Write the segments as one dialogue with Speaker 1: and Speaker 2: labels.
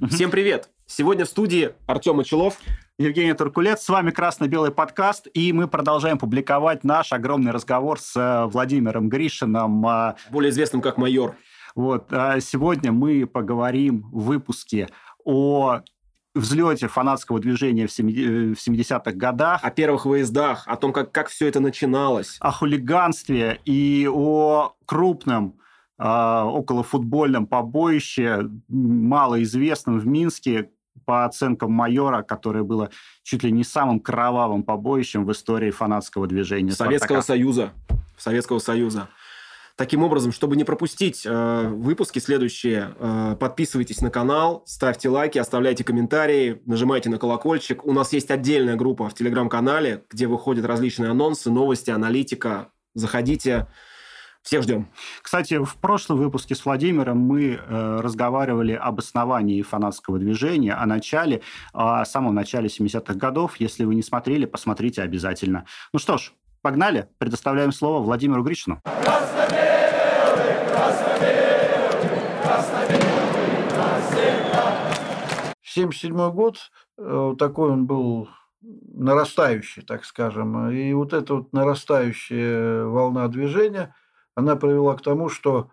Speaker 1: Всем привет! Сегодня в студии Артем Мочелов,
Speaker 2: Евгений Туркулец. С вами «Красно-белый подкаст», и мы продолжаем публиковать наш огромный разговор с Владимиром Гришиным.
Speaker 1: более известным как майор.
Speaker 2: Сегодня мы поговорим в выпуске о взлете фанатского движения в 70-х годах.
Speaker 1: О первых выездах, о том, как все это начиналось.
Speaker 2: О хулиганстве и о крупном околофутбольном побоище, малоизвестном в Минске, по оценкам майора, которое было чуть ли не самым кровавым побоищем в истории фанатского движения
Speaker 1: Советского Союза. Таким образом, чтобы не пропустить выпуски следующие, подписывайтесь на канал, ставьте лайки, оставляйте комментарии, нажимайте на колокольчик. У нас есть отдельная группа в Телеграм-канале, где выходят различные анонсы, новости, аналитика. Заходите. Всех ждем.
Speaker 2: Кстати, в прошлом выпуске с Владимиром мы разговаривали об основании фанатского движения, о самом начале 70-х годов. Если вы не смотрели, посмотрите обязательно. Ну что ж, погнали. Предоставляем слово Владимиру Гришину.
Speaker 3: Красно-белый, красно-белый, красно-белый, красно-белый. 77-й год, такой он был нарастающий, так скажем. И вот эта вот нарастающая волна движения, она привела к тому, что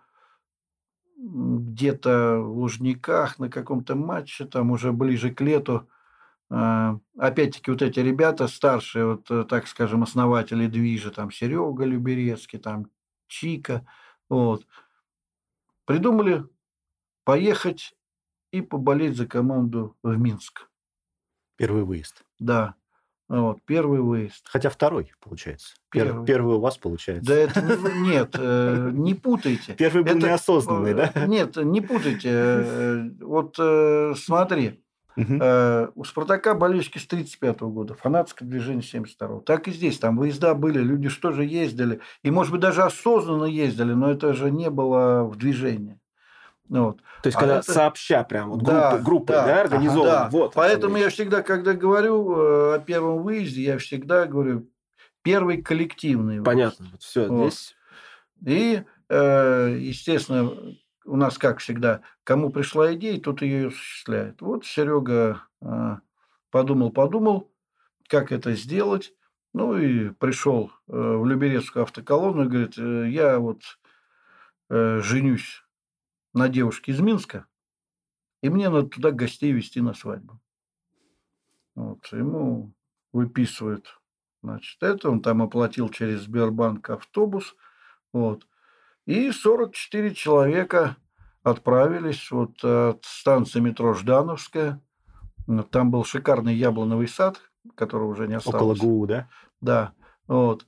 Speaker 3: где-то в Лужниках на каком-то матче, там уже ближе к лету, опять-таки вот эти ребята старшие, вот, так скажем, основатели движа, там Серега Люберецкий, там Чика, вот, придумали поехать и поболеть за команду в Минск.
Speaker 4: Первый выезд.
Speaker 3: Да. Вот, первый выезд.
Speaker 4: Хотя второй, получается. Первый у вас получается.
Speaker 3: Да это нет, не путайте.
Speaker 4: Первый был неосознанный, да?
Speaker 3: Нет, не путайте. Вот смотри, у «Спартака» болельщики с 1935 года, фанатское движение 1972. Так и здесь, там выезда были, люди что же ездили, и, может быть, даже осознанно ездили, но это же не было в движении. Вот.
Speaker 1: То есть, когда это сообща прям, вот группы, организованы.
Speaker 3: Да.
Speaker 1: Вот,
Speaker 3: поэтому я всегда, когда говорю о первом выезде, я всегда говорю первый коллективный выезд.
Speaker 1: Понятно. Вот все
Speaker 3: вот.
Speaker 1: Здесь.
Speaker 3: И, естественно, у нас, как всегда, кому пришла идея, тот ее осуществляет. Вот Серега подумал, как это сделать. Ну, и пришел в Люберецкую автоколонну и говорит, я вот женюсь на девушке из Минска, и мне надо туда гостей везти на свадьбу. Вот, ему выписывают, значит, это, он там оплатил через Сбербанк автобус, вот, и 44 человека отправились вот от станции метро Ждановская, там был шикарный яблоновый сад, которого уже не осталось.
Speaker 4: Около ГУ, да?
Speaker 3: Да, вот.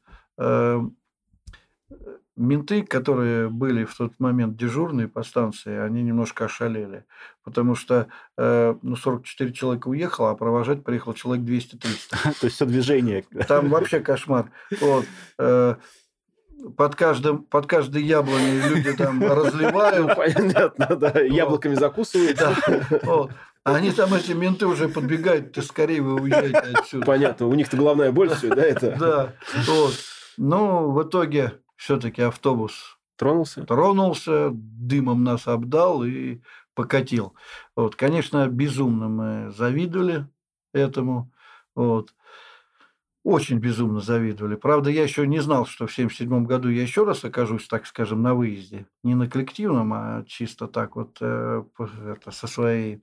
Speaker 3: Менты, которые были в тот момент дежурные по станции, они немножко ошалели, потому что 44 человека уехало, а провожать приехал человек 200-300.
Speaker 4: То есть все движение.
Speaker 3: Там вообще кошмар. Вот. Под каждой яблоней люди там разливают.
Speaker 1: Понятно, да. Яблоками закусывают.
Speaker 3: Да. Вот. Они там, эти менты, уже подбегают, ты скорее вы уезжайте отсюда.
Speaker 1: Понятно, у них-то главная боль все, да, это?
Speaker 3: Да. Вот. Но в итоге все-таки автобус тронулся, дымом нас обдал и покатил. Вот, конечно, безумно мы завидовали этому. Вот. Очень безумно завидовали. Правда, я еще не знал, что в 1977 году я еще раз окажусь, так скажем, на выезде. Не на коллективном, а чисто так вот со своей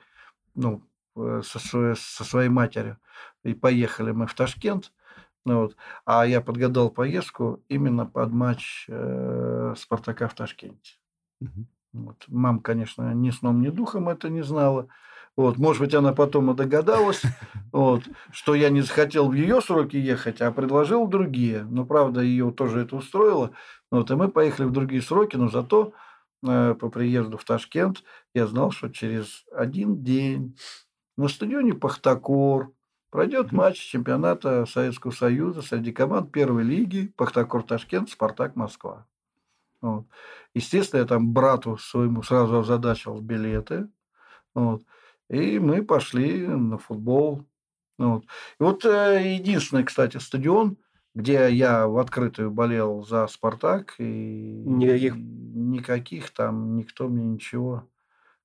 Speaker 3: матерью. И поехали мы в Ташкент. Вот. А я подгадал поездку именно под матч «Спартака» в Ташкенте. Вот. Мама, конечно, ни сном, ни духом это не знала. Вот. Может быть, она потом и догадалась, вот, что я не захотел в ее сроки ехать, а предложил другие. Но, правда, ее тоже это устроило. Вот. И мы поехали в другие сроки, но зато по приезду в Ташкент я знал, что через один день на стадионе «Пахтакор» пройдет матч чемпионата Советского Союза среди команд первой лиги «Пахтакор Ташкент», «Спартак Москва». Вот. Естественно, я там брату своему сразу озадачил билеты. Вот. И мы пошли на футбол. Вот. И вот единственный, кстати, стадион, где я в открытую болел за «Спартак». И никаких там, никто мне ничего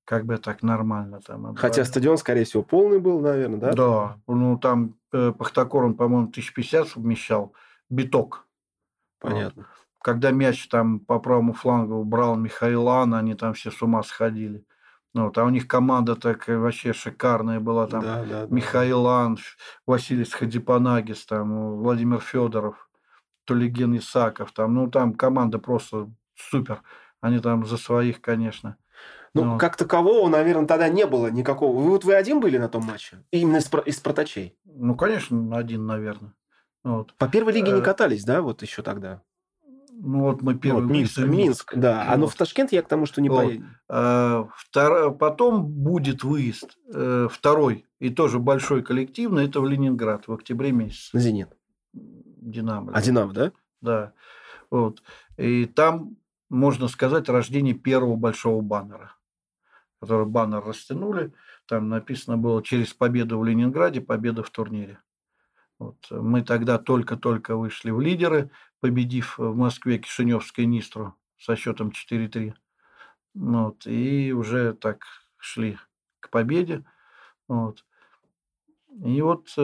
Speaker 3: как бы так нормально там
Speaker 1: Хотя
Speaker 3: отбрали.
Speaker 1: стадион, скорее всего, полный был, наверное, да?
Speaker 3: Да, ну там Пахтакор, он, по-моему, 1050 вмещал, биток.
Speaker 1: Понятно.
Speaker 3: Когда мяч там по правому флангу брал Михайлан, они там все с ума сходили. А у них команда так вообще шикарная была. Там
Speaker 1: Да.
Speaker 3: Михайлан, Василий Хадипанагис, там Владимир Федоров, Тулиген Исаков. Там команда просто супер. Они там за своих, конечно.
Speaker 1: Ну, как такового, наверное, тогда не было никакого. Вы один были на том матче? Именно из «Спартачей»?
Speaker 3: Ну, конечно, один, наверное.
Speaker 1: По первой лиге не катались, да, вот еще тогда?
Speaker 3: Ну, вот мы первый
Speaker 1: Минск, да. А в Ташкент я к тому, что не поеду.
Speaker 3: Потом будет выезд второй, и тоже большой коллективный, это в Ленинград в октябре месяце.
Speaker 1: На «Зенит».
Speaker 3: Динамо.
Speaker 1: А «Динамо», да?
Speaker 3: Да. И там, можно сказать, рождение первого большого баннера, который баннер растянули. Там написано было «Через победу в Ленинграде, победа в турнире». Мы тогда только-только вышли в лидеры, победив в Москве Кишиневское Нистру со счетом 4-3. И уже так шли к победе. И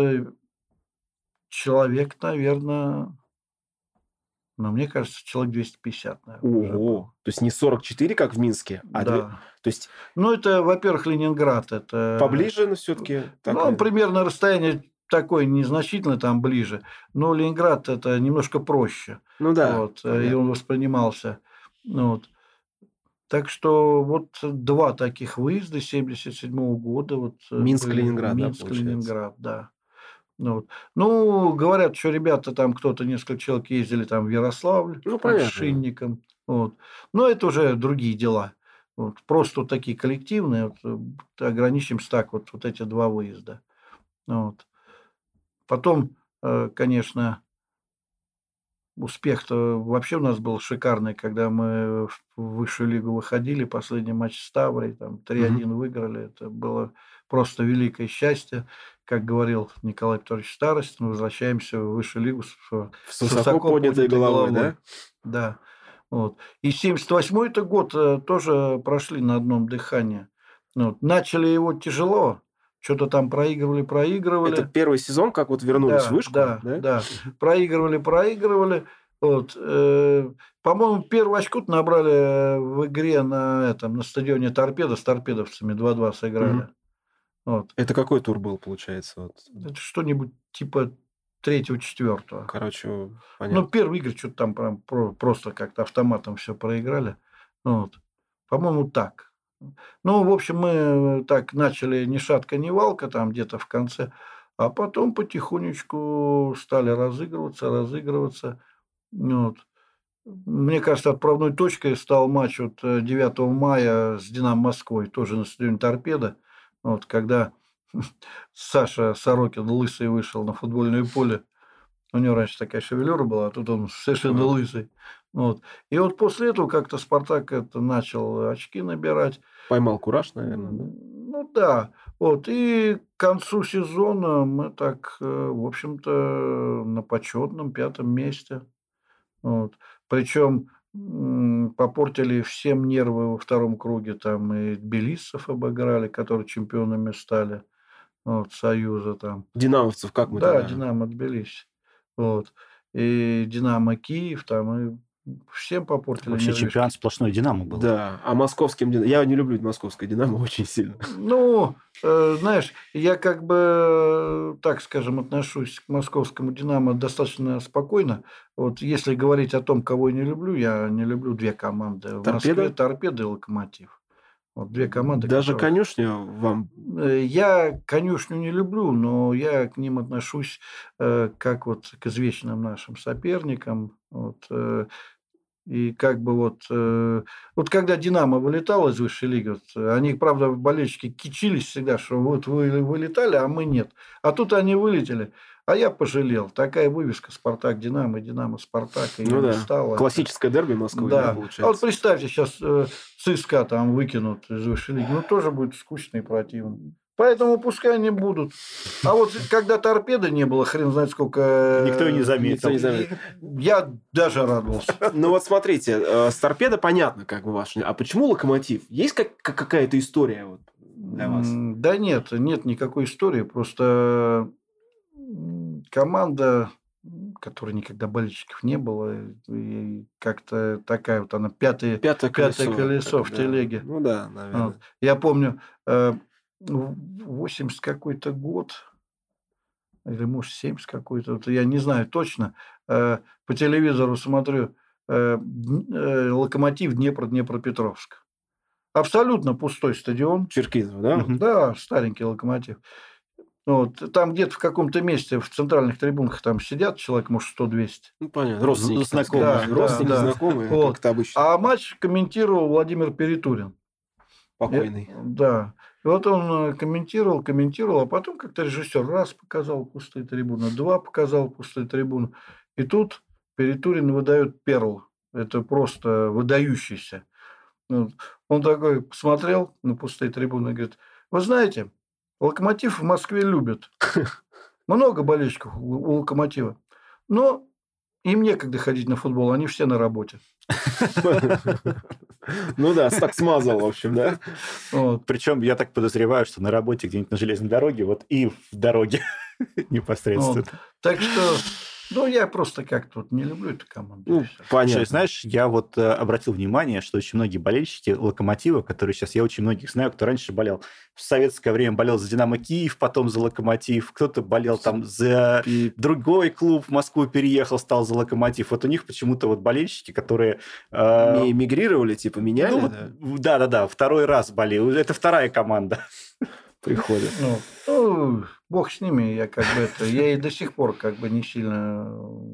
Speaker 3: человек, наверное, мне кажется, человек 250, наверное.
Speaker 1: Ого! То есть не 44, как в Минске, а
Speaker 3: да.
Speaker 1: То есть...
Speaker 3: это, во-первых, Ленинград. Это...
Speaker 1: Поближе, но все-таки...
Speaker 3: примерно расстояние такое незначительно там ближе. Но Ленинград это немножко проще.
Speaker 1: Ну да.
Speaker 3: И он воспринимался. Так что два таких выезда 1977 года.
Speaker 1: Минск-Ленинград,
Speaker 3: Минск-Ленинград, да. Говорят, что ребята там кто-то, несколько человек ездили там в Ярославль с Шинником. Но это уже другие дела. Просто такие коллективные. Ограничимся так эти два выезда. Потом, конечно, успех-то вообще у нас был шикарный, когда мы в высшую лигу выходили, последний матч с Таврой, там 3-1 выиграли. Это было просто великое счастье. Как говорил Николай Петрович Старостин, мы возвращаемся в высшую лигу с
Speaker 1: высоко поднятой головой, да?
Speaker 3: Да. И 1978 год тоже прошли на одном дыхании. Начали его тяжело. Что-то там проигрывали.
Speaker 1: Это первый сезон, как вернулись в вышку?
Speaker 3: Да. Проигрывали. По-моему, первый очко набрали в игре на стадионе Торпедо с торпедовцами 2-2 сыграли.
Speaker 1: Это какой тур был, получается?
Speaker 3: Это что-нибудь типа 3-4.
Speaker 1: Короче, понятно.
Speaker 3: Первый игры что-то там прям просто как-то автоматом все проиграли. По-моему, так. В общем, мы так начали ни шатка, ни валка там где-то в конце, а потом потихонечку стали разыгрываться. Мне кажется, отправной точкой стал матч 9 мая с «Динамо Москвой», тоже на стадионе Торпедо, когда Саша Сорокин лысый вышел на футбольное поле. У него раньше такая шевелюра была, а тут он совершенно лысый. И после этого как-то «Спартак» начал очки набирать.
Speaker 1: Поймал кураж, наверное, да?
Speaker 3: Да. И к концу сезона мы так, в общем-то, на почетном 5-м месте. Причем попортили всем нервы во втором круге. Там и тбилиссов обыграли, которые чемпионами стали. Союза там.
Speaker 1: Динамовцев как мы
Speaker 3: Да,
Speaker 1: тогда?
Speaker 3: Динамо Тбилиси. И Динамо Киев там, и всем попортили.
Speaker 2: Вообще чемпион сплошной Динамо был.
Speaker 1: Да, а московским Динамо... Я не люблю московское Динамо очень сильно.
Speaker 3: Знаешь, я как бы, так скажем, отношусь к московскому Динамо достаточно спокойно. Если говорить о том, кого я не люблю две команды. В Москве Торпедо и Локомотив. Две команды.
Speaker 1: Даже конюшню вам...
Speaker 3: Я конюшню не люблю, но я к ним отношусь как к извечным нашим соперникам. И как бы когда «Динамо» вылетал из высшей лиги, они, правда, болельщики кичились всегда, что вы вылетали, а мы нет. А тут они вылетели. А я пожалел. Такая вывеска «Спартак», «Динамо», «Динамо», «Спартак».
Speaker 1: Стало. Классическое дерби Москвы,
Speaker 3: да,
Speaker 1: получается.
Speaker 3: А представьте, сейчас ЦСКА там выкинут из высшей лиги. Тоже будет скучно и противно. Поэтому пускай они будут. А вот когда торпеды не было, хрен знает сколько...
Speaker 4: Никто и не заметил.
Speaker 1: Никто не заметил.
Speaker 3: Я даже радовался.
Speaker 1: Ну вот смотрите, с торпедо понятно, как бы ваш. А почему Локомотив? Есть какая-то история вот для вас?
Speaker 3: Да нет никакой истории. Просто команда, которой никогда болельщиков не было, и как-то такая вот она пятое колесо в телеге.
Speaker 1: Ну да, наверное.
Speaker 3: Вот. Я помню, 80 какой-то год, или, может, 70 какой-то, вот я не знаю точно, по телевизору смотрю «Локомотив» Днепропетровск. Абсолютно пустой стадион.
Speaker 1: Черкизово, да?
Speaker 3: Да, старенький «Локомотив». Вот. Там где-то в каком-то месте в центральных трибунах там сидят человек, может, 100-200.
Speaker 1: Ну, понятно. Родственники.
Speaker 4: Знакомые.
Speaker 3: Да,
Speaker 1: Родственники,
Speaker 3: да.
Speaker 1: знакомые,
Speaker 3: Вот.
Speaker 1: как это обычно.
Speaker 3: А матч комментировал Владимир Перетурин.
Speaker 1: Покойный.
Speaker 3: Да. И вот он комментировал, а потом как-то режиссер раз показал пустые трибуны, два показал пустые трибуны. И тут Перетурин выдает перл. Это просто выдающийся. Он такой посмотрел на пустые трибуны и говорит: вы знаете, «Локомотив» в Москве любят. Много болельщиков у «Локомотива». Но им некогда ходить на футбол, они все на работе.
Speaker 1: Ну да, так смазал, в общем, да?
Speaker 4: Причем я так подозреваю, что на работе где-нибудь на железной дороге, вот и в дороге непосредственно.
Speaker 3: Так что, я просто как-то вот не люблю эту команду.
Speaker 1: Ну, понятно.
Speaker 4: Знаешь, я вот обратил внимание, что очень многие болельщики «Локомотива», которые сейчас, я очень многих знаю, кто раньше болел, в советское время болел за «Динамо Киев», потом за «Локомотив», кто-то болел там за другой клуб, в Москву переехал, стал за «Локомотив». Вот у них почему-то вот болельщики, которые...
Speaker 1: Мигрировали, типа, меняли?
Speaker 4: Да, второй раз болели. Это вторая команда.
Speaker 1: Приходят.
Speaker 3: Бог с ними, я и до сих пор не сильно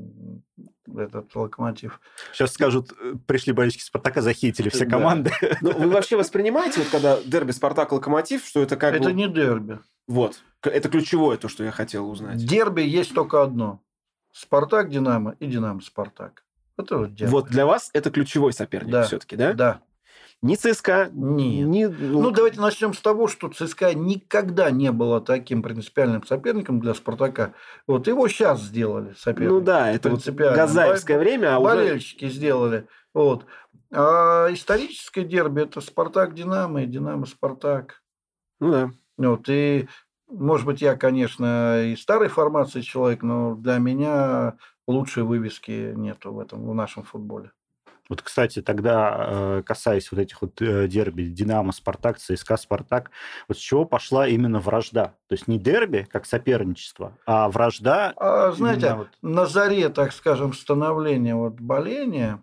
Speaker 3: этот «Локомотив».
Speaker 4: Сейчас скажут, пришли болельщики «Спартака», захейтили все команды.
Speaker 1: Ну, вы вообще воспринимаете, вот когда дерби «Спартак-Локомотив», что это как бы...
Speaker 3: Это не дерби.
Speaker 1: Вот. Это ключевое, то, что я хотел узнать.
Speaker 3: Дерби есть только одно. «Спартак-Динамо» и «Динамо-Спартак». Это вот дерби.
Speaker 1: Вот для вас это ключевой соперник все-таки, да?
Speaker 3: Да.
Speaker 1: Ни ЦСКА,
Speaker 3: нет. Давайте начнем с того, что ЦСКА никогда не было таким принципиальным соперником для «Спартака». Вот его сейчас сделали соперником.
Speaker 1: Ну да, это вот газаевское время. А
Speaker 3: болельщики сделали. Вот. А историческое дерби – это «Спартак-Динамо» и «Динамо-Спартак».
Speaker 1: Ну да.
Speaker 3: Вот. И, может быть, я, конечно, и старой формации человек, но для меня лучшей вывески нету в нашем футболе.
Speaker 4: Вот, кстати, тогда, касаясь вот этих вот дерби «Динамо», «Спартак», «ЦСКА», «Спартак», вот с чего пошла именно вражда? То есть не дерби, как соперничество, а вражда...
Speaker 3: Знаете, на заре, так скажем, становления боления,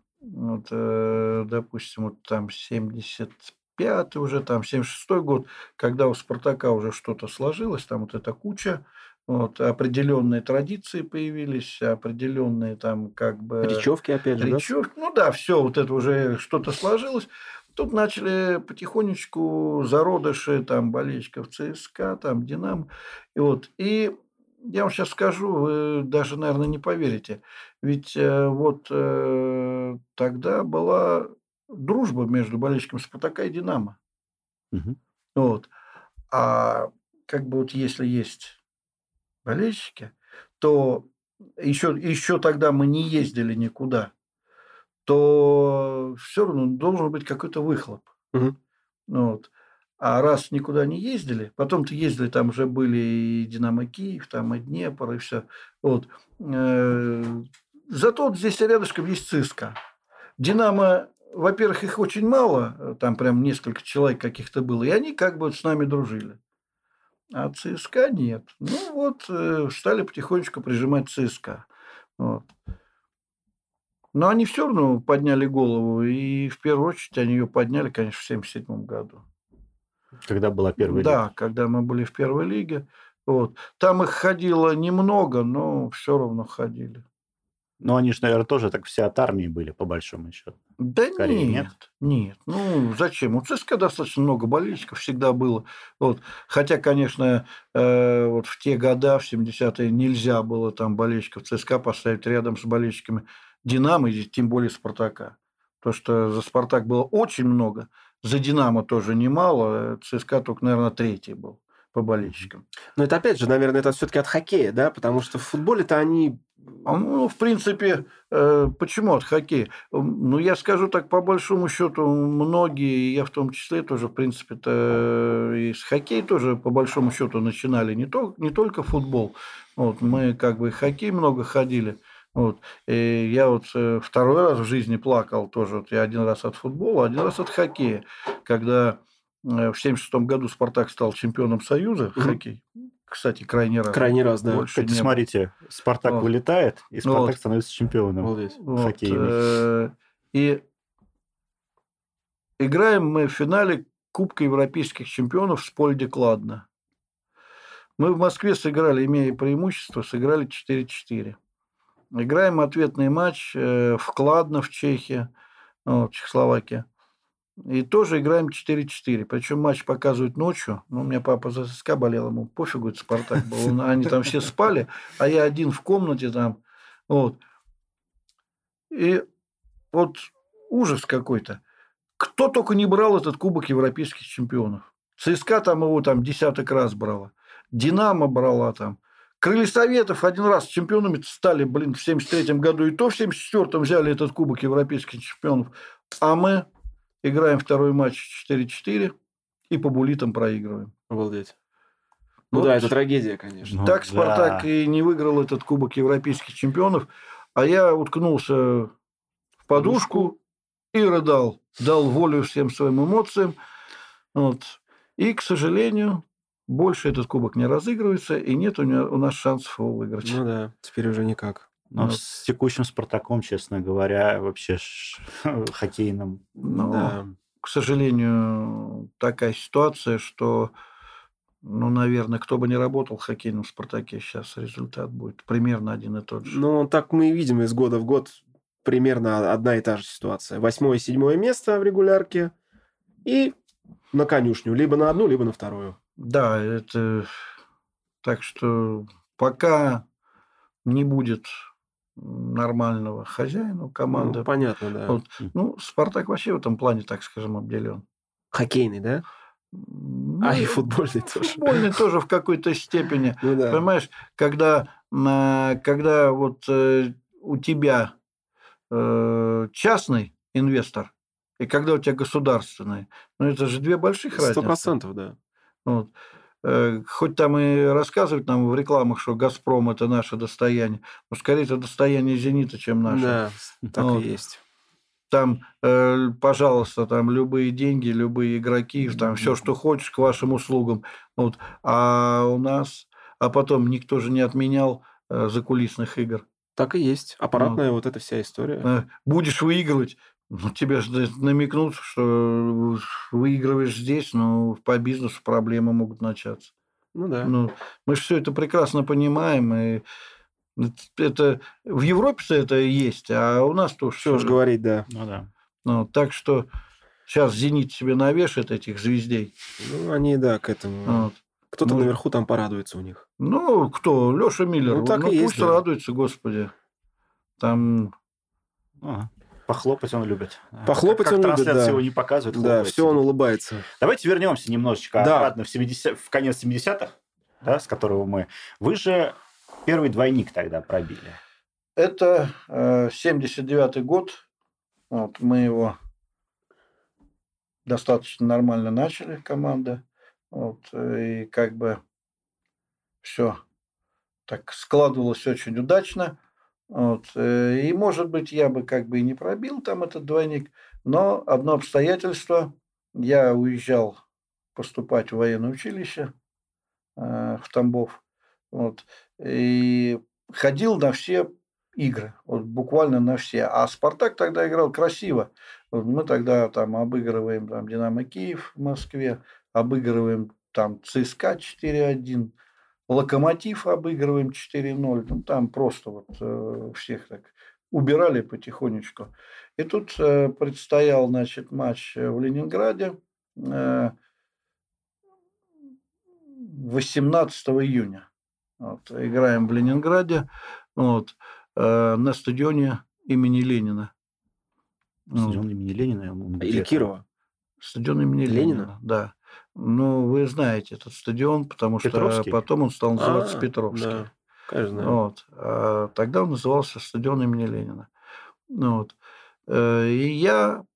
Speaker 3: допустим, там 75-й уже, там 76-й год, когда у «Спартака» уже что-то сложилось, там вот эта куча, определенные традиции появились, определенные там
Speaker 1: речевки, опять же,
Speaker 3: речевки. Да? Ну да, все, вот это уже что-то сложилось. Тут начали потихонечку зародыши там болельщиков ЦСКА, там «Динамо». И я вам сейчас скажу, вы даже, наверное, не поверите. Ведь тогда была дружба между болельщиками «Спартака» и «Динамо».
Speaker 4: Угу.
Speaker 3: А если есть болельщики, то еще тогда мы не ездили никуда, то все равно должен быть какой-то выхлоп.
Speaker 1: Угу.
Speaker 3: А раз никуда не ездили, потом-то ездили, там уже были и «Динамо Киев», там и Днепр, и все. Зато здесь рядышком есть ЦСКА. «Динамо», во-первых, их очень мало, там прям несколько человек каких-то было, и они с нами дружили. А ЦСКА нет. Стали потихонечку прижимать ЦСКА. Но они все равно подняли голову. И в первую очередь они ее подняли, конечно, в 1977 году.
Speaker 4: Когда была первая лига.
Speaker 3: Да, когда мы были в первой лиге. Там их ходило немного, но все равно ходили.
Speaker 4: Но они же, наверное, тоже так все от армии были, по большому счету.
Speaker 3: Да скорее, нет. Зачем? У ЦСКА достаточно много болельщиков всегда было. Хотя, конечно, в те года, в 70-е, нельзя было там болельщиков ЦСКА поставить рядом с болельщиками «Динамо», и тем более «Спартака». Потому что за «Спартак» было очень много, за «Динамо» тоже немало, ЦСКА только, наверное, третий был. по болельщикам.
Speaker 1: Но это, опять же, наверное, это все-таки от хоккея, да? Потому что в футболе-то они...
Speaker 3: Ну, в принципе, почему от хоккея? Ну, я скажу так, по большому счету, многие, я в том числе тоже, в принципе-то, и с хоккея тоже, по большому счету, начинали не только футбол. Вот, мы как бы хоккей много ходили. Вот. И я вот второй раз в жизни плакал тоже. Вот я один раз от футбола, один раз от хоккея. Когда в 1976 году «Спартак» стал чемпионом Союза в хоккей. Кстати, крайний раз.
Speaker 1: Крайний раз, да.
Speaker 3: Больше
Speaker 4: Кстати,
Speaker 3: не было.
Speaker 4: смотрите, «Спартак»
Speaker 3: Вот.
Speaker 4: вылетает, и «Спартак»
Speaker 3: Вот.
Speaker 4: становится чемпионом
Speaker 1: Вот.
Speaker 4: хоккейным.
Speaker 3: И играем мы в финале Кубка европейских чемпионов с Польде Кладно. Мы в Москве сыграли, имея преимущество, сыграли 4-4. Играем ответный матч в Кладно, в Чехии, Чехословакия. И тоже играем 4-4. Причем матч показывают ночью. Ну, у меня папа за ЦСКА болел, ему пофигу, это «Спартак» был. Они там все спали, а я один в комнате там. Вот. И вот ужас какой-то. Кто только не брал этот Кубок европейских чемпионов. ЦСКА там его там десяток раз брала. «Динамо» брала там. «Крылья Советов» один раз чемпионами стали, в 1973 году. И то в 1974 взяли этот Кубок европейских чемпионов. А мы играем второй матч 4-4 и по буллитам проигрываем.
Speaker 1: Обалдеть. Ну
Speaker 3: Вот.
Speaker 1: да, это трагедия, конечно.
Speaker 4: Ну,
Speaker 3: Так «Спартак»
Speaker 4: да.
Speaker 3: и не выиграл этот Кубок европейских чемпионов. А я уткнулся в подушку и рыдал. Дал волю всем своим эмоциям. Вот. И, к сожалению, больше этот кубок не разыгрывается, и нет у нас шансов его выиграть.
Speaker 1: Ну да, теперь уже никак.
Speaker 4: Но
Speaker 3: Вот.
Speaker 4: с текущим «Спартаком», честно говоря, вообще хоккейным.
Speaker 3: Но,
Speaker 1: Да.
Speaker 3: к сожалению, такая ситуация, что, ну, наверное, кто бы ни работал в хоккейном «Спартаке», сейчас результат будет примерно один и тот же.
Speaker 1: Ну, так мы и видим из года в год примерно одна и та же ситуация. 8-е, 7-е место в регулярке и на конюшню. Либо на одну, либо на вторую.
Speaker 3: Да, это... Так что пока не будет нормального хозяина, команды.
Speaker 1: Ну, понятно, да.
Speaker 3: Вот. Ну, «Спартак» вообще в этом плане, так скажем, обделен.
Speaker 1: Хоккейный, да?
Speaker 3: Ну,
Speaker 1: А и футбольный тоже.
Speaker 3: футбольный тоже в какой-то степени.
Speaker 1: Ну да.
Speaker 3: Понимаешь, когда вот у тебя частный инвестор, и когда у тебя государственный, ну, это же две больших разницы.
Speaker 1: 100%, да.
Speaker 3: Вот. Хоть там и рассказывают нам в рекламах, что «Газпром» – это наше достояние, но скорее это достояние «Зенита», чем наше.
Speaker 1: Да, так
Speaker 3: Вот.
Speaker 1: и есть.
Speaker 3: Там, пожалуйста, там любые деньги, любые игроки, там все, что хочешь, к вашим услугам. Вот. А у нас, а потом никто же не отменял закулисных игр.
Speaker 1: Так и есть. Аппаратная вот эта вся история.
Speaker 3: Будешь выигрывать, ну, тебе же намекнут, что выигрываешь здесь, но по бизнесу проблемы могут начаться.
Speaker 1: Ну да.
Speaker 3: Ну, мы же все это прекрасно понимаем, и это в Европе-то это есть, а у нас тоже.
Speaker 1: Что уж говорить, да.
Speaker 4: Ну да.
Speaker 3: Ну, так что сейчас «Зенит» себе навешает этих звездей.
Speaker 1: Ну, они, да, к этому.
Speaker 3: Вот.
Speaker 1: Кто-то
Speaker 3: Ну,
Speaker 1: наверху там порадуется у них.
Speaker 3: Ну, кто? Леша Миллер.
Speaker 1: Ну, так и
Speaker 3: пусть
Speaker 1: есть, да.
Speaker 3: радуется, господи. Там...
Speaker 4: Ага. Похлопать он любит.
Speaker 1: Похлопать он любит,
Speaker 4: трансляции
Speaker 1: да.
Speaker 4: его не показывают.
Speaker 1: Да,
Speaker 4: хлопает
Speaker 1: все он
Speaker 4: себе.
Speaker 1: улыбается.
Speaker 4: Давайте вернемся немножечко
Speaker 1: Да.
Speaker 4: обратно в конец 70-х, да, с которого мы... Вы же первый двойник тогда пробили.
Speaker 3: Это 79-й год. Вот, мы его достаточно нормально начали, команда. Вот, и как бы все так складывалось очень удачно. Вот, и, может быть, я бы как бы и не пробил там этот двойник, но одно обстоятельство. Я уезжал поступать в военное училище в Тамбов. Вот, и ходил на все игры, вот буквально на все. А «Спартак» тогда играл красиво. Вот мы тогда там обыгрываем там «Динамо Киев» в Москве, обыгрываем там ЦСКА 4-1, «Локомотив» обыгрываем 4-0. Ну, там просто вот всех так убирали потихонечку. И тут предстоял, значит, матч в Ленинграде 18 июня. Вот, играем в Ленинграде. Вот, на стадионе имени Ленина.
Speaker 4: Стадион имени Ленина. он
Speaker 1: Или
Speaker 4: где-то.
Speaker 1: Кирова.
Speaker 3: Стадион имени
Speaker 1: Ленина?
Speaker 3: Ленина, да. Ну, вы знаете этот стадион, потому
Speaker 4: Петровский?
Speaker 3: что потом он стал называться Петровский.
Speaker 1: Да, конечно, знаю.
Speaker 3: Вот. А тогда он назывался стадион имени Ленина. Ну, вот. И я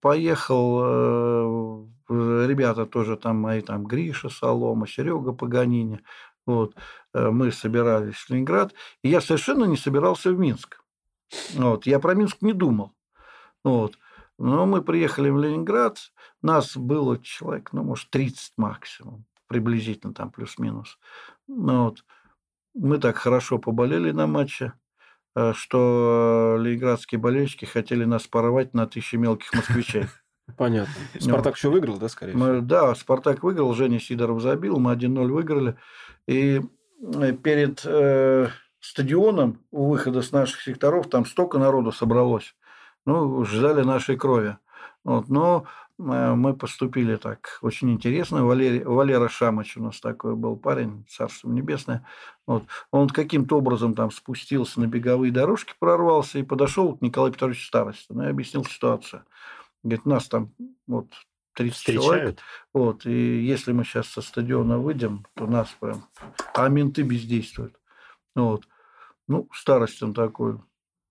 Speaker 3: поехал, ребята тоже там мои, там Гриша Солома, Серега Паганини. Вот. Мы собирались в Ленинград. И я совершенно не собирался в Минск. Вот. Я про Минск не думал. Вот. Но мы приехали в Ленинград. Нас было человек, ну, может, 30 максимум. Приблизительно там плюс-минус. Ну, вот. Мы так хорошо поболели на матче, что ленинградские болельщики хотели нас порвать на 1000 мелких москвичей.
Speaker 1: Понятно. Спартак еще выиграл, да, скорее всего?
Speaker 3: Да, Спартак выиграл, Женя Сидоров забил, мы 1-0 выиграли. И перед стадионом у выхода с наших секторов там столько народу собралось. Ну, ждали нашей крови. Вот. Но мы поступили так очень интересно. Валера Шамыч у нас такой был парень, царство небесное. Вот. Он каким-то образом там спустился на беговые дорожки, прорвался и подошел к Николаю Петровичу Старостину и объяснил ситуацию. Говорит, нас там вот 30 человек. Вот, и если мы сейчас со стадиона выйдем, то нас прям... А менты бездействуют. Вот. Ну, Старостин такой...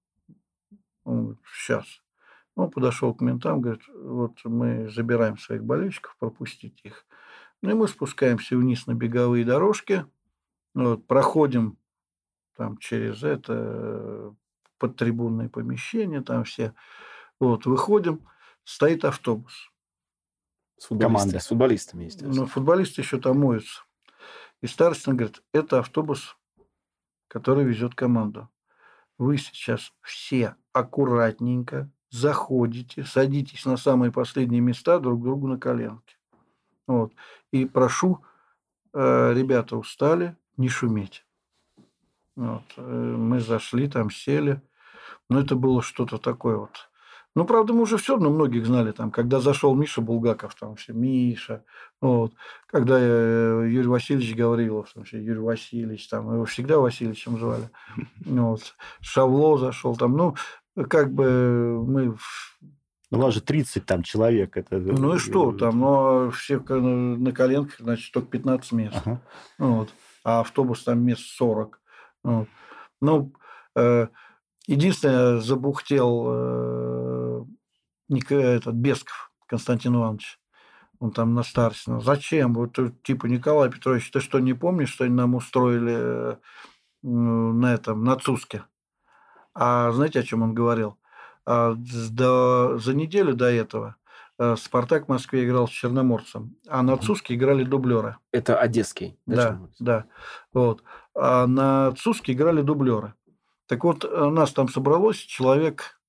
Speaker 3: Он говорит, сейчас. Он подошел к ментам, говорит, вот мы забираем своих болельщиков, пропустите их. Ну, и мы спускаемся вниз на беговые дорожки, вот, проходим там через это подтрибунное помещение, там все. Вот, выходим, стоит автобус.
Speaker 1: С футболистами, естественно.
Speaker 3: Ну, футболисты еще там моются. И Старостин говорит, это автобус, который везет команду. Вы сейчас все аккуратненько заходите, садитесь на самые последние места друг другу на коленки. Вот. И прошу, ребята устали, не шуметь. Вот. Мы зашли, там сели. Но это было что-то такое вот. Ну, правда, мы уже все равно многих знали. Там, когда зашел Миша Булгаков, там все Миша. Вот. Когда Юрий Васильевич Гаврилов, там все Юрий Васильевич, там его всегда Васильевичем звали. Вот. Шавло зашел там. Ну, как бы мы...
Speaker 4: Ну, у вас же 30 там человек. Это...
Speaker 3: Ну и что там? Ну, все на коленках, значит, только 15 мест.
Speaker 4: Ага.
Speaker 3: Вот. А автобус там мест 40. Вот. Ну, единственное, забухтел этот Бесков Константин Иванович. Он там на Старостина. Зачем? Вот, типа, Николай Петрович, ты что, не помнишь, что они нам устроили на Цуске? А знаете, о чем он говорил? За неделю до этого «Спартак» в Москве играл с Черноморцем, а на Цуске играли дублеры.
Speaker 1: Это одесский.
Speaker 3: Да. Вот. А на Цуске играли дублеры. Так вот, нас там собралось человек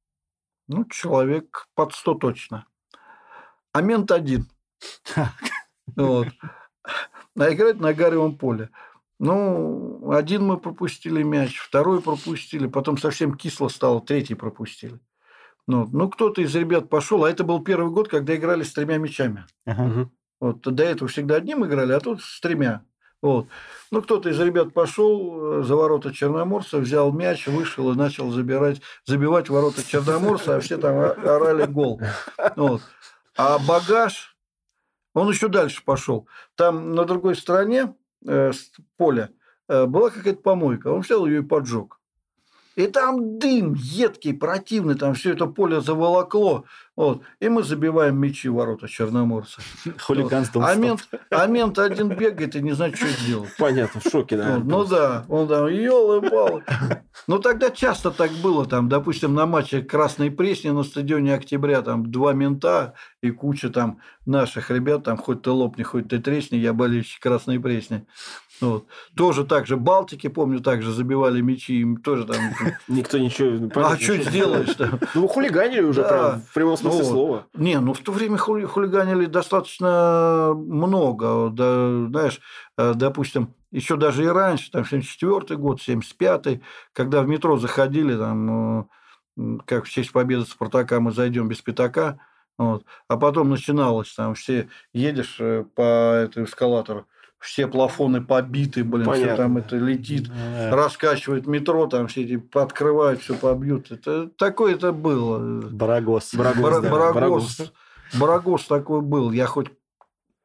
Speaker 3: под 100 точно. А мент один. Вот. А играть на Гаревом поле. Ну, один мы пропустили мяч, второй пропустили, потом совсем кисло стало, третий пропустили. Ну, кто-то из ребят пошел, а это был первый год, когда играли с 3 мячами.
Speaker 4: Ага.
Speaker 3: Вот, до этого всегда одним играли, а тут с 3. Вот. Ну, кто-то из ребят пошел за ворота Черноморца, взял мяч, вышел и начал забивать в ворота Черноморца, а все там орали гол. Вот. А Багаж, он еще дальше пошел. Там на другой стороне поля была какая-то помойка. Он взял ее и поджег. И там дым едкий, противный, там все это поле заволокло. Вот. И мы забиваем мячи в ворота Черноморца.
Speaker 4: Хулиганство.
Speaker 3: Вот. А мент один бегает и не знает, что делать.
Speaker 1: Понятно, в шоке, да.
Speaker 3: Вот. Ну да, он там, ёлы-палы. Ну тогда часто так было, там, допустим, на матче Красной Пресни на стадионе Октября, там 2 мента и куча там наших ребят, там хоть ты лопни, хоть ты тресни, я болельщик Красной Пресни. Вот. Тоже так же Балтики, помню, также забивали мячи, им тоже там...
Speaker 1: Никто ничего...
Speaker 3: А что сделаешь-то?
Speaker 1: Ну, вы хулиганили уже, прям, в прямом смысле слова.
Speaker 3: Не, ну в то время хулиганили достаточно много. Да, знаешь, допустим, еще даже и раньше, там 74-й год, 75-й, когда в метро заходили, там, как в честь победы Спартака мы зайдем без пятака, вот, а потом начиналось, там, все едешь по этому эскалатору, все плафоны побиты, все там это летит, раскачивает метро, там все эти подкрывают, все побьют. Такое это было.
Speaker 4: Барагос
Speaker 3: такой был. Я хоть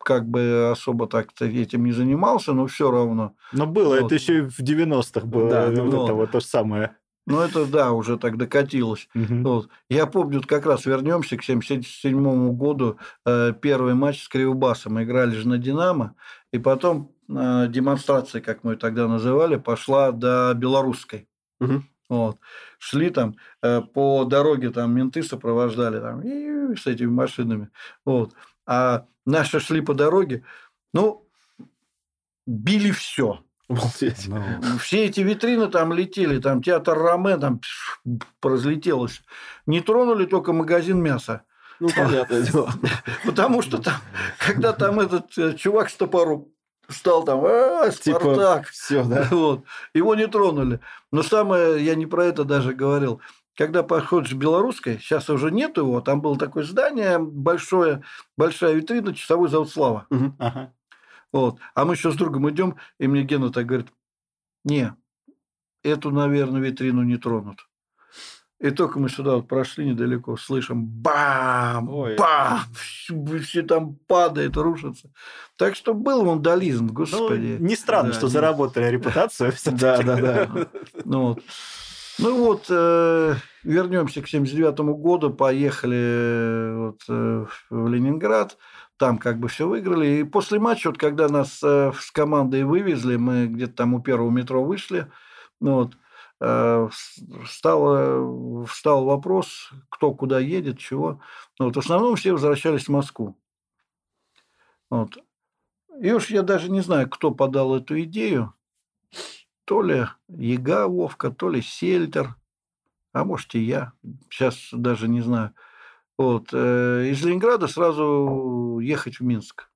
Speaker 3: как бы особо так-то этим не занимался, но все равно.
Speaker 4: Но было,
Speaker 3: Вот.
Speaker 4: это еще и в 90-х было,
Speaker 1: Да,
Speaker 4: вот
Speaker 3: ну,
Speaker 4: это вот то же самое.
Speaker 3: Ну, это, да, уже так докатилось.
Speaker 4: Мгм.
Speaker 3: Вот. Я помню, как раз вернемся к 1977 году, первый матч с Кривбасом. Мы играли же на «Динамо», и потом демонстрация, как мы ее тогда называли, пошла до Белорусской.
Speaker 1: Мгм.
Speaker 3: Вот. Шли там по дороге, там менты сопровождали там, и с этими машинами. Вот. А наши шли по дороге, ну, били все.
Speaker 1: Обалдеть.
Speaker 4: Ну,
Speaker 3: Все эти витрины там летели, там театр Роме, там разлетелось. Не тронули только магазин мяса.
Speaker 1: Ну, понятное дело.
Speaker 3: Потому что там, когда там этот чувак с топором встал там,
Speaker 1: Типа,
Speaker 3: Спартак,
Speaker 1: все, да?
Speaker 3: вот, его не тронули. Но самое, я не про это даже говорил, когда подходишь к Белорусской, сейчас уже нет его, там было такое здание большое, большая витрина, часовой завод «Слава».
Speaker 1: Мгм.
Speaker 4: ага.
Speaker 3: Вот. А мы еще с другом идем, и мне Гена так говорит, не, эту, наверное, витрину не тронут. И только мы сюда вот прошли недалеко, слышим бам,
Speaker 1: Ой.
Speaker 3: бам, все там падает, рушится. Так что был вандализм,
Speaker 4: Ну,
Speaker 3: господи.
Speaker 4: не странно,
Speaker 1: Да,
Speaker 4: что
Speaker 1: не-
Speaker 4: заработали репутацию.
Speaker 1: Да, да, да.
Speaker 3: Ну вот, вернемся к 79 году, поехали вот, в Ленинград, там как бы все выиграли. И после матча, вот, когда нас с командой вывезли, мы где-то там у первого метро вышли, ну, вот, встал вопрос, кто куда едет, чего. Ну, вот, в основном все возвращались в Москву. Вот. И уж я даже не знаю, кто подал эту идею. То ли Яга Вовка, то ли Сельтер, а может и я. Сейчас даже не знаю. Вот. Из Ленинграда сразу ехать в Минск.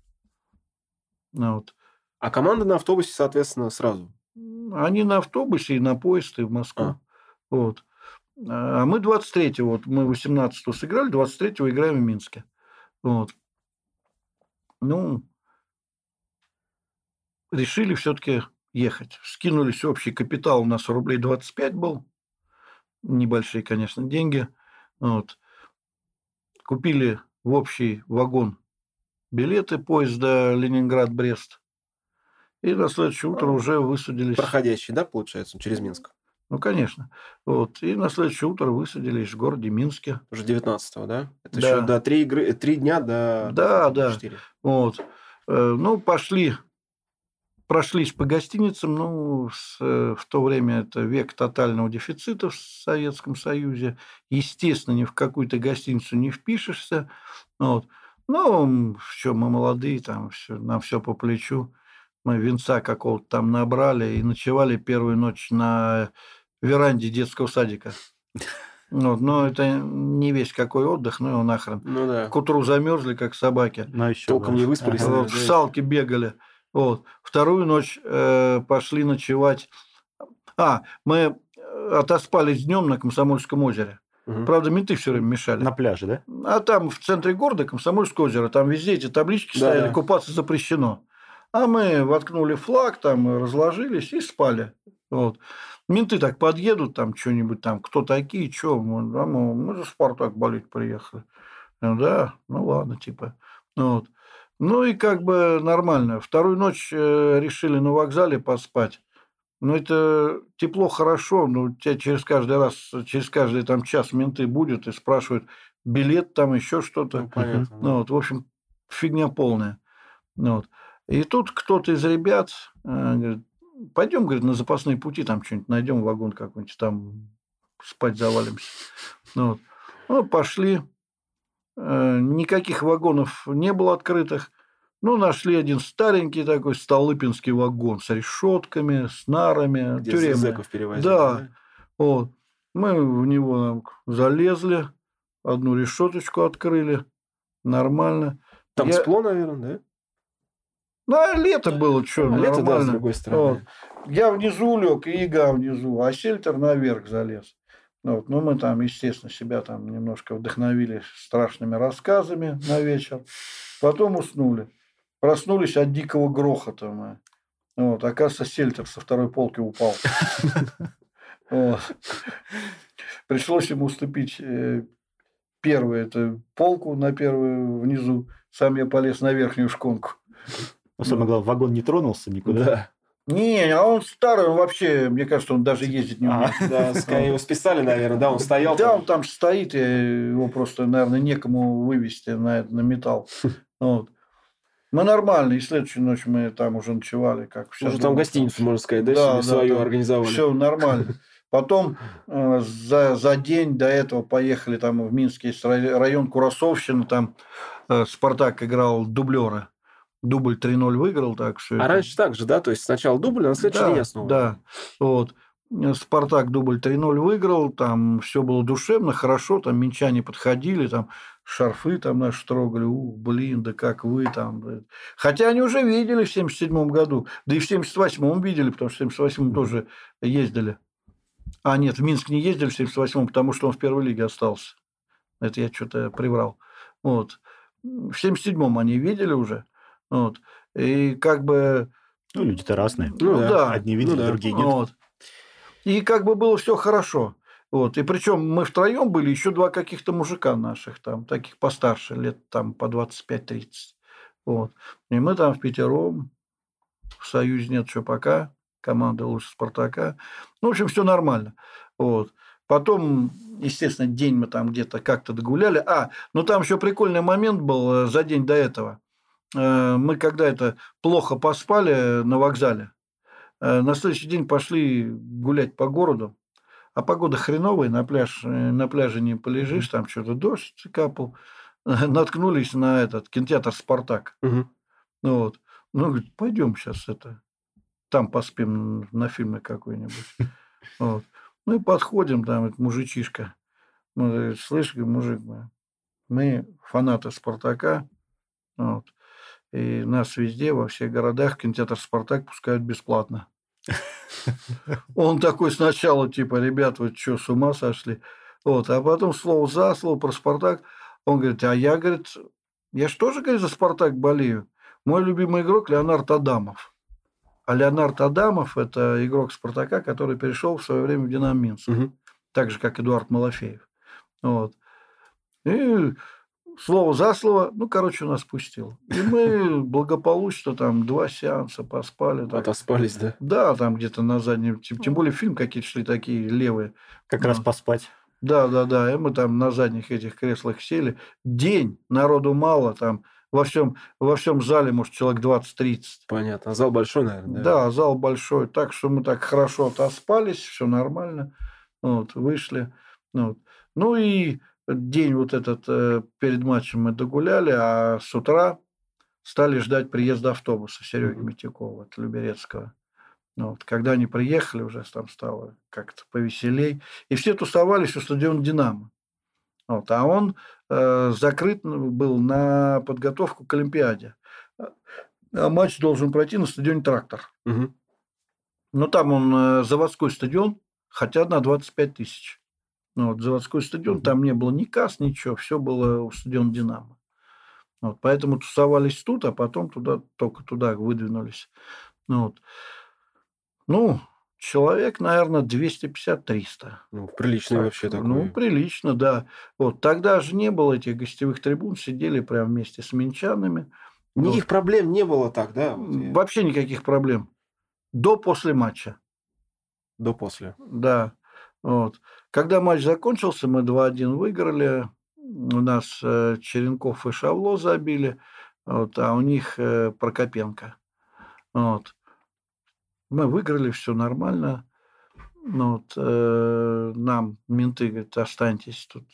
Speaker 3: Вот.
Speaker 1: А команда на автобусе, соответственно, сразу.
Speaker 3: Они на автобусе и на поезд, и в Москву.
Speaker 1: А.
Speaker 3: Вот. А мы 23-го, вот мы 18-го сыграли, 23-го играем в Минске. Вот. Ну, решили все-таки ехать. Скинулись, общий капитал у нас рублей 25 был. Небольшие, конечно, деньги. Вот. Купили в общий вагон билеты поезда Ленинград-Брест. И на следующее утро уже высадились.
Speaker 1: Проходящий, да, получается, через Минск?
Speaker 3: Ну, конечно. Вот. И на следующее утро высадились в городе Минске.
Speaker 1: Уже 19-го, да? Это
Speaker 3: Да.
Speaker 1: еще до 3 дня до...
Speaker 3: Да, да.
Speaker 1: 4.
Speaker 3: Вот. Ну, прошлись по гостиницам. Ну, в то время это век тотального дефицита в Советском Союзе. Естественно, ни в какую-то гостиницу не впишешься. Вот. Ну, что, мы молодые, там нам все по плечу. Мы винца какого-то там набрали и ночевали первую ночь на веранде детского садика. Вот. Но это не весь какой отдых, ну его нахрен.
Speaker 1: Ну да.
Speaker 3: К утру замерзли, как собаки.
Speaker 4: Но еще
Speaker 1: Толком не выспались,
Speaker 4: Ага.
Speaker 3: Вот, в салке бегали. Вот. Вторую ночь пошли ночевать. Мы отоспались днем на Комсомольском озере.
Speaker 1: Мгм.
Speaker 3: Правда, менты все время мешали.
Speaker 4: На пляже, да?
Speaker 3: А там в центре города Комсомольское озеро, там везде эти таблички
Speaker 1: Да,
Speaker 3: стояли,
Speaker 1: да.
Speaker 3: купаться запрещено. А мы воткнули флаг, там разложились и спали. Вот. Менты так подъедут, там что-нибудь там, кто такие, что, мы за «Спартак» болеть приехали. Да, ну ладно, типа. Вот. Ну и как бы нормально. Вторую ночь решили на вокзале поспать. Ну, это тепло, хорошо, но тебя через каждый там час менты будут и спрашивают билет, там еще что-то.
Speaker 1: Ну, понятно.
Speaker 3: Ну, вот, в общем, фигня полная. Ну, вот. И тут кто-то из ребят говорит, пойдем, говорит, на запасные пути, там что-нибудь найдем, вагон какой-нибудь, там спать завалимся. Ну, вот. Ну, пошли. Никаких вагонов не было открытых. Ну, нашли один старенький такой столыпинский вагон с решетками, с нарами,
Speaker 1: Где
Speaker 3: тюремный.
Speaker 1: зэков перевозили,
Speaker 3: Да. Вот. Мы в него залезли, одну решеточку открыли. Нормально.
Speaker 1: Там тепло, наверное, да?
Speaker 3: Ну, лето было, что,
Speaker 1: А лето, да, с
Speaker 3: нормально.
Speaker 1: другой
Speaker 3: Вот.
Speaker 1: стороны.
Speaker 3: Я внизу лег, и Яга внизу, а Сельтер наверх залез. Вот. Ну, мы там, естественно, себя там немножко вдохновили страшными рассказами на вечер. Потом уснули. Проснулись от дикого грохота мы. Вот. Оказывается, Сельтер со второй полки упал. Вот. Пришлось ему уступить первую эту полку на первую внизу. Сам я полез на верхнюю шконку.
Speaker 4: Ну, самое главное, вагон не тронулся никуда.
Speaker 1: Да.
Speaker 3: Не, а он старый, он вообще, мне кажется, он даже ездить не умеет.
Speaker 1: Да, скорее его списали, наверное, да, он стоял.
Speaker 3: Да, он там стоит, и его просто, наверное, некому вывести на металл. Вот. Мы нормально, и следующую ночь мы там уже ночевали. Как
Speaker 1: уже там гостиницу, можно сказать, да, себе свою организовали.
Speaker 3: Все нормально. Потом за день до этого поехали там в Минск, есть район Курасовщина, там «Спартак» играл дублера. Дубль 3-0 выиграл, так все.
Speaker 1: А раньше так же, да? То есть сначала дубль, а на следующий день основа.
Speaker 3: Да, вот. «Спартак» дубль 3-0 выиграл, там все было душевно, хорошо, там минчане подходили, там шарфы там наши трогали, блин, да как вы там. Хотя они уже видели в 77 году, да и в 78-м видели, потому что в 78-м тоже ездили. А нет, в Минск не ездили в 78-м, потому что он в первой лиге остался. Это я что-то приврал. Вот. В 77-м они видели уже. Вот. И как бы...
Speaker 4: Ну, люди-то разные.
Speaker 3: Ну, да.
Speaker 4: Одни видели, другие нет.
Speaker 3: Вот. И как бы было все хорошо. Вот. И причем мы втроем были, еще два каких-то мужика наших, там, таких постарше, лет там по 25-30. Вот. И мы там впятером, в Союзе нет еще пока, команда лучше «Спартака». Ну, в общем, все нормально. Вот. Потом, естественно, день мы там где-то как-то догуляли. Ну там еще прикольный момент был за день до этого. Мы когда это плохо поспали на вокзале, на следующий день пошли гулять по городу, а погода хреновая, на пляже не полежишь, там что-то дождь капал. Наткнулись на этот кинотеатр «Спартак».
Speaker 1: Угу.
Speaker 3: Вот. Ну, говорит, пойдем сейчас там поспим на фильмы какой-нибудь. Вот. Ну, и подходим, там этот мужичишка. Мы говорим, слышь, мужик, мы фанаты «Спартака». Вот. И нас везде, во всех городах, кинотеатр «Спартак» пускают бесплатно. Он такой сначала, типа, ребят, вы что, с ума сошли? Вот. А потом слово за слово про «Спартак». Он говорит, а я, говорит, я же тоже, говорит, за «Спартак» болею. Мой любимый игрок Леонард Адамов. А Леонард Адамов – это игрок «Спартака», который перешел в свое время в «Динамо Минск».
Speaker 1: Угу.
Speaker 3: Так же, как Эдуард Малафеев. Вот. И слово за слово, у нас пустил. И мы благополучно там 2 сеанса поспали. Так.
Speaker 1: Отоспались, да?
Speaker 3: Да, там где-то на заднем. Тем более фильм какие-то шли такие левые.
Speaker 4: Как раз поспать.
Speaker 3: Да. И мы там на задних этих креслах сели. День, народу мало, там во всем зале, может, человек 20-30.
Speaker 1: Понятно. А зал большой, наверное, да?
Speaker 3: Да, зал большой. Так что мы так хорошо отоспались, все нормально. Вот, вышли. Вот. Ну и день вот этот перед матчем мы догуляли, а с утра стали ждать приезда автобуса Сереги Митякова от Люберецкого. Вот. Когда они приехали, уже там стало как-то повеселей. И все тусовались у стадиона «Динамо». Вот. А он закрыт был на подготовку к Олимпиаде. А матч должен пройти на стадионе «Трактор».
Speaker 1: Угу.
Speaker 3: Но там он заводской стадион, хотя на 25 тысяч. Вот, заводской стадион, там не было ни касс, ничего, все было у стадиона «Динамо». Вот, поэтому тусовались тут, а потом только туда выдвинулись. Вот. Ну, человек, наверное, 250-300.
Speaker 1: Ну, приличный так, вообще такой.
Speaker 3: Ну, прилично, да. Вот, тогда же не было этих гостевых трибун, сидели прямо вместе с минчанами.
Speaker 1: Никаких проблем не было так, да?
Speaker 3: Вообще никаких проблем. До-после матча.
Speaker 1: До-после.
Speaker 3: Да. Вот. Когда матч закончился, мы 2-1 выиграли. У нас Черенков и Шавло забили, вот, а у них Прокопенко. Вот. Мы выиграли, все нормально. Вот, нам менты говорят, останьтесь тут,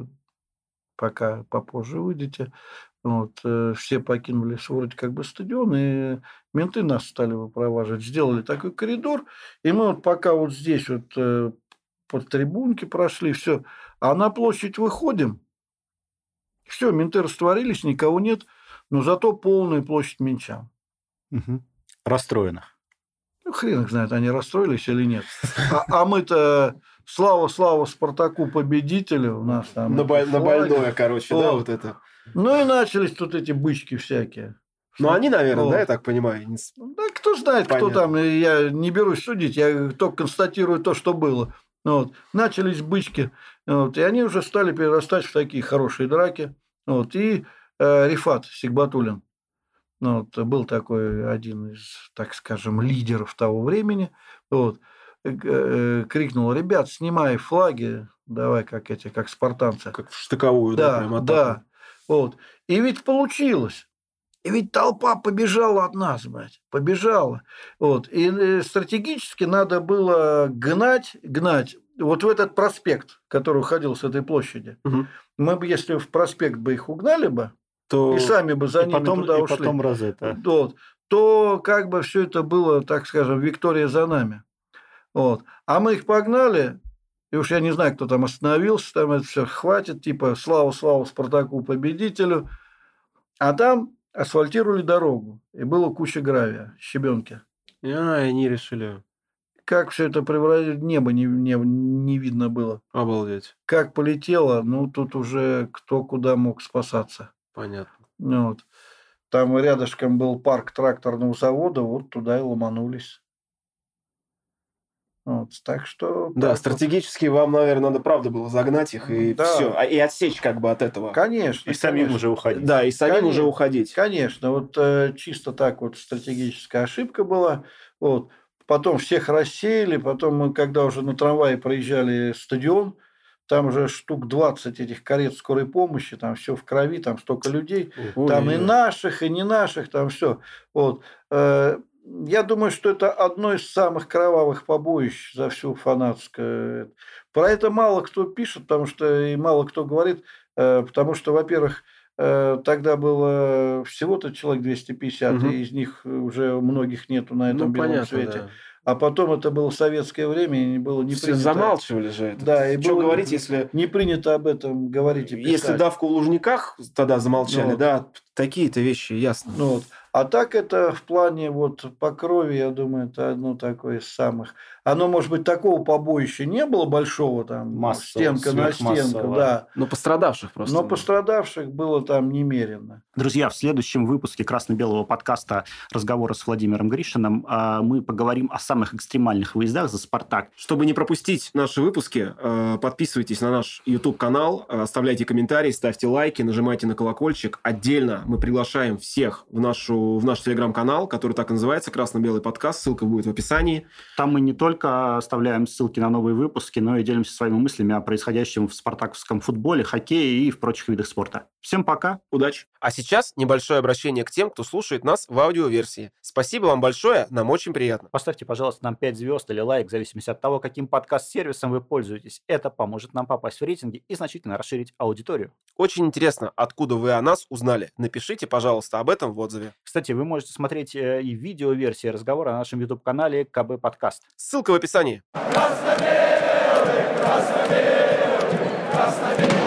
Speaker 3: пока попозже выйдете. Вот, все покинули вроде как бы стадион, и менты нас стали выпроваживать. Сделали такой коридор, и мы вот пока вот здесь вот под трибунки прошли, все. А на площадь выходим, все, менты растворились, никого нет, но зато полная площадь минчан.
Speaker 4: Угу. Расстроено.
Speaker 3: Ну, хрен их знает, они расстроились или нет. А мы-то слава Спартаку победителю у нас там.
Speaker 1: На больное, короче, да, вот это.
Speaker 3: Ну и начались тут эти бычки всякие.
Speaker 1: Ну, они, наверное, да, я так понимаю.
Speaker 3: Да, кто знает, кто там, я не берусь судить, я только констатирую то, что было. Вот. Начались бычки, вот, и они уже стали перерастать в такие хорошие драки. Вот, и Рифат Сигбатуллин. Ну, вот, был такой один из, так скажем, лидеров того времени. Вот, крикнул: ребят, снимай флаги, давай как спартанцы.
Speaker 1: Как в штыковую, да, прям атаку.
Speaker 3: Да. Вот. И ведь получилось. И ведь толпа побежала от нас, блядь, побежала. Вот. И стратегически надо было гнать вот в этот проспект, который уходил с этой площади.
Speaker 1: Угу.
Speaker 3: Мы бы, если в проспект бы их угнали бы,
Speaker 1: То...
Speaker 3: и сами бы за ними туда ушли,
Speaker 4: потом
Speaker 3: вот, то как бы все это было, так скажем, Виктория за нами. Вот. А мы их погнали, и уж я не знаю, кто там остановился, там это все хватит, типа слава Спартаку победителю. А там асфальтировали дорогу, и было куча гравия, щебенки.
Speaker 1: И они решили...
Speaker 3: Как все это превратилось, небо не видно было.
Speaker 1: Обалдеть.
Speaker 3: Как полетело, ну, тут уже кто куда мог спасаться.
Speaker 1: Понятно.
Speaker 3: Вот. Там рядышком был парк тракторного завода, вот туда и ломанулись. Вот, так что...
Speaker 1: Да,
Speaker 3: так
Speaker 1: стратегически вам, наверное, надо правда было загнать их и
Speaker 3: Да.
Speaker 1: все. И отсечь как бы от этого.
Speaker 3: Конечно.
Speaker 4: И самим уже уходить.
Speaker 1: Да, и самим
Speaker 3: Конечно.
Speaker 1: уже уходить.
Speaker 3: Конечно. Вот чисто так вот стратегическая ошибка была. Вот. Потом всех рассеяли. Потом мы, когда уже на трамвае проезжали стадион, там уже штук 20 этих карет скорой помощи, там все в крови, там столько людей.
Speaker 1: Ой,
Speaker 3: Там и наших, и не наших, там все. Вот. Я думаю, что это одно из самых кровавых побоищ за всю фанатскую. Про это мало кто пишет, потому что и мало кто говорит, потому что, во-первых, тогда было всего-то человек 250,
Speaker 1: Угу.
Speaker 3: и из них уже многих нету на этом белом
Speaker 1: понятно,
Speaker 3: свете.
Speaker 1: да.
Speaker 3: А потом это было советское время, и было не
Speaker 1: Все
Speaker 3: принято.
Speaker 1: замалчивали же это.
Speaker 3: Да, и
Speaker 1: что
Speaker 3: было
Speaker 1: говорить, если...
Speaker 3: не принято об этом говорить и писать.
Speaker 1: Если давку в Лужниках тогда замолчали,
Speaker 3: Вот.
Speaker 1: да, такие-то вещи, ясно.
Speaker 3: Ну, вот. А так это в плане вот по крови, я думаю, это одно такое из самых. Оно, может быть, такого побоища не было большого, там,
Speaker 4: Массового,
Speaker 3: стенка на стенку,
Speaker 4: сверхмассового.
Speaker 3: да.
Speaker 1: Но пострадавших просто.
Speaker 3: Но пострадавших было там немерено.
Speaker 2: Друзья, в следующем выпуске красно-белого подкаста «Разговоры с Владимиром Гришиным» мы поговорим о самых экстремальных выездах за «Спартак».
Speaker 1: Чтобы не пропустить наши выпуски, подписывайтесь на наш YouTube-канал, оставляйте комментарии, ставьте лайки, нажимайте на колокольчик. Отдельно мы приглашаем всех в наш телеграм-канал, который так и называется «Красно-белый подкаст». Ссылка будет в описании.
Speaker 2: Там мы не только оставляем ссылки на новые выпуски, но и делимся своими мыслями о происходящем в спартаковском футболе, хоккее и в прочих видах спорта. Всем пока.
Speaker 1: Удачи.
Speaker 5: А сейчас небольшое обращение к тем, кто слушает нас в аудиоверсии. Спасибо вам большое, нам очень приятно.
Speaker 4: Поставьте, пожалуйста, нам 5 звезд или лайк, в зависимости от того, каким подкаст-сервисом вы пользуетесь. Это поможет нам попасть в рейтинги и значительно расширить аудиторию.
Speaker 5: Очень интересно, откуда вы о нас узнали. Напишите, пожалуйста, об этом в отзыве.
Speaker 4: Кстати, вы можете смотреть и видеоверсии разговора на нашем YouTube-канале КБ Подкаст.
Speaker 5: Ссылка в описании.
Speaker 6: Красно-белый, красно-белый, красно-белый.